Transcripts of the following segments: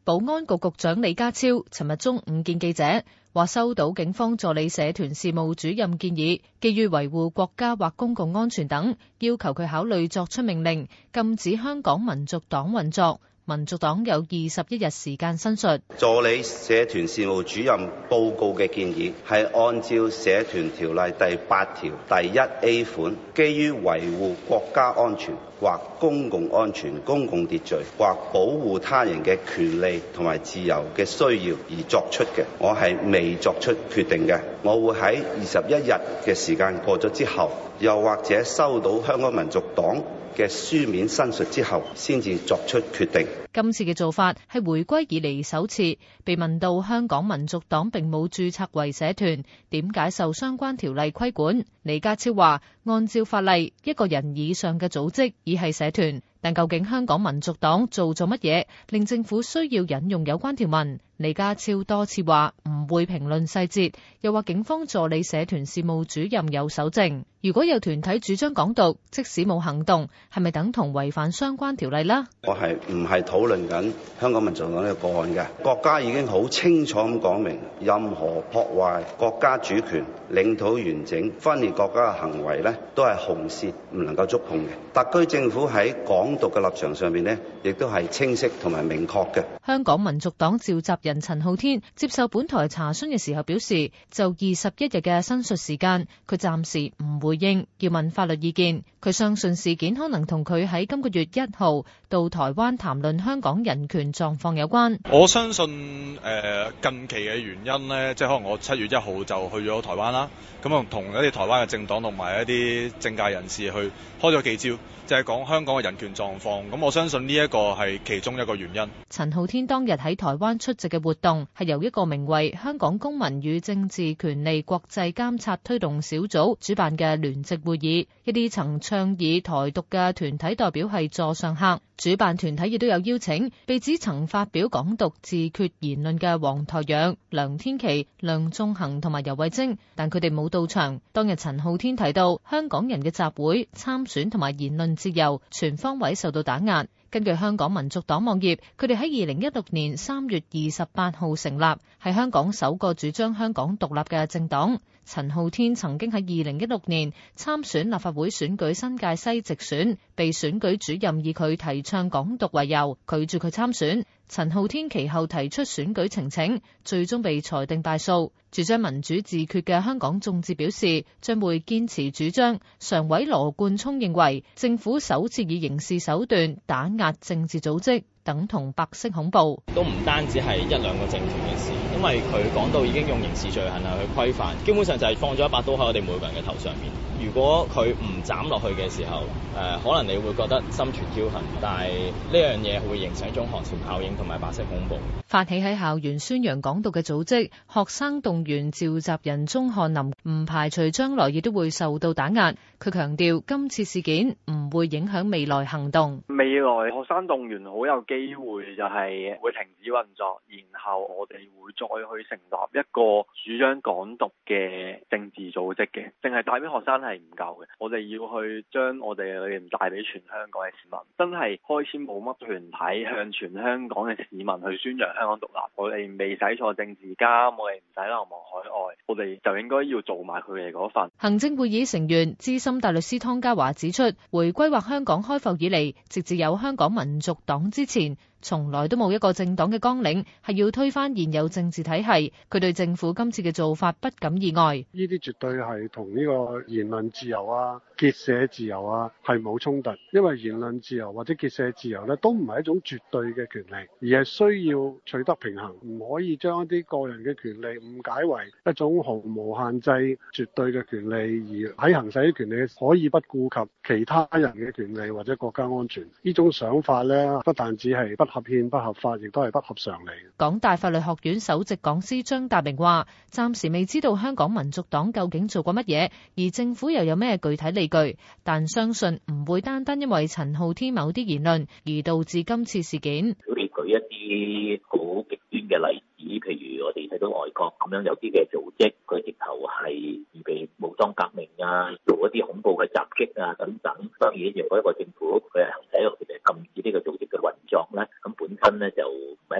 保安局局長李家超尋日中午見記者，話收到警方助理社團事務主任建議，基於維護國家或公共安全等，要求佢考慮作出命令，禁止香港民族黨運作。民族黨有21日時間申述。 助理社團事務主任報告嘅建議係按照社團條例第8條第1A 款，基於維護國家安全或公共安全、公共秩序或保護他人嘅權利同埋自由嘅需要而作出嘅。我係未作出決定嘅，我會喺21日嘅時間過咗之後，又或者收到香港民族黨嘅書面申述之後，先至作出決定。 今次嘅做法係回歸以嚟首次。被問到香港民族黨並冇註冊為社團，點解受相關條例規管？李家超話：按照法例，一個人以上嘅組織已係社團。但究竟香港民族黨做咗乜嘢，令政府需要引用有關條文？李家超多次話唔會評論細節，又話警方助理社團事務主任有搜證。如果有團體主張港獨，即使冇行動，係咪等同違反相關條例呢？ 我係唔係討論緊香港民族黨呢個個案嘅？國家已經好清楚咁講明，任何破壞國家主權、領土完整、分裂國家嘅行為呢，都係紅線，唔能夠觸碰嘅。特區政府喺港獨嘅立場上面呢，亦都係清晰同埋明確嘅。 香港民族黨召集人陳浩天接受本台查詢嘅時候表示，就21日嘅申述時間，佢暫時唔回應，要問法律意見。佢相信事件可能同佢喺今個月1號到台灣談論香港人權狀況有關。 我相信近期嘅原因呢，即係可能我7月1號就去咗台灣啦，咁啊同一啲台灣嘅政黨同埋一啲政界人士去開咗記招，就係講香港嘅人權狀況。咁我相信呢一個係其中一個原因。 陳浩天當日喺台灣出席嘅活動係由一個名為香港公民與政治權利國際監察推動小組主辦嘅聯席會議，一啲曾倡議台獨嘅團體代表係座上客。主辦團體亦都有邀請被指曾發表港獨自決言論嘅黃台仰、梁天琦、梁頌恆同埋游蕙禎，但佢哋冇到場。當日陳浩天提到，香港人嘅集會、參選同埋言論自由全方位受到打壓。根據香港民族黨網頁，佢哋喺2016年3月28號成立，係香港首個主張香港獨立嘅政黨。陳浩天曾經喺2016年參選立法會選舉新界西直選，被選舉主任以佢提倡港獨為由，拒絕佢參選。陳浩天其後提出選舉呈請，最終被裁定敗訴。主張民主自決嘅香港眾志表示，將會堅持主張。常委羅冠聰認為，政府首次以刑事手段打壓政治組織，等同白色恐怖。 都唔單止係1-2個政團嘅事，因為佢講到已經用刑事罪行去規範，基本上就係放咗一把刀喺我哋每個人嘅頭上面。如果佢唔斬落去嘅時候，可能你會覺得心存僥倖，但係呢樣嘢會形成一種寒蟬效應同埋白色恐怖。 發起喺校園宣揚港獨嘅組織學生動員召集人鐘漢林唔排除將來亦都會受到打壓。佢強調今次事件唔會影響未來行動。 未來學生動員好有機會就係會停止運作，然後我哋會再去成立一個主張港獨嘅政治組織嘅，淨係帶俾學生係唔夠嘅，我哋要去將我哋嘅理念帶俾全香港嘅市民。真係開始冇乜團體向全香港嘅市民去宣揚香港獨立，我哋未使錯政治監，我哋唔使流亡海外，我哋就應該要做埋佢哋嗰份。 行政會議成員資深大律師湯家驊指出，回歸或香港開埠以嚟，直至有香港民族黨之前，從來都冇一個政黨嘅綱領係要推翻現有政治體系。佢對政府今次嘅做法不感意外。 呢啲絕對係同呢個言論自由啊、結社自由啊係冇衝突，因為言論自由或者結社自由咧都唔係一種絕對嘅權利，而係需要取得平衡，唔可以將一啲個人嘅權利誤解為一種毫無限制絕對嘅權利，而喺行使啲權利可以不顧及其他人嘅權利或者國家安全。呢種想法咧，不但只係不合憲不合法，亦都係不合常理。 港大法律學院首席講師張達明話，暫時未知道香港民族黨究竟做過乜嘢，而政府又有咩具體理據，但相信唔會單單因為陳浩天某啲言論而導致今次事件。 如果你舉一啲好極端嘅例子，譬如我哋睇到外國咁樣有啲嘅組織，佢直頭係預備武裝革命啊，做一啲恐怖嘅襲擊啊等等。當然，如果一個政府佢係行使一個禁止呢個組織嘅運作咧，咁本身咧就唔係一個問題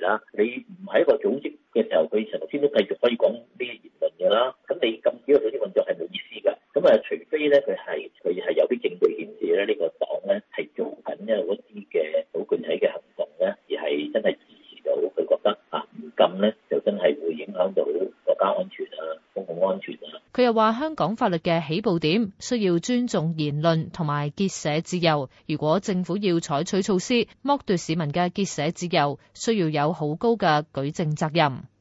啦。你唔係一個組織嘅時候，佢頭先都繼續可以講呢啲言論嘅啦。咁你禁止個組織運作係冇意思㗎。咁啊，除非咧佢係有啲證據顯示咧呢個黨咧係做緊一啲嘅好具體嘅行動咧，而係真係支持到佢覺得唔禁咧就真係會影響到國家安全啊、公共安全啊。 佢又話香港法律嘅起步點需要尊重言論同埋結社自由。如果政府要採取措施剝奪市民嘅結社自由，需要有好高嘅舉證責任。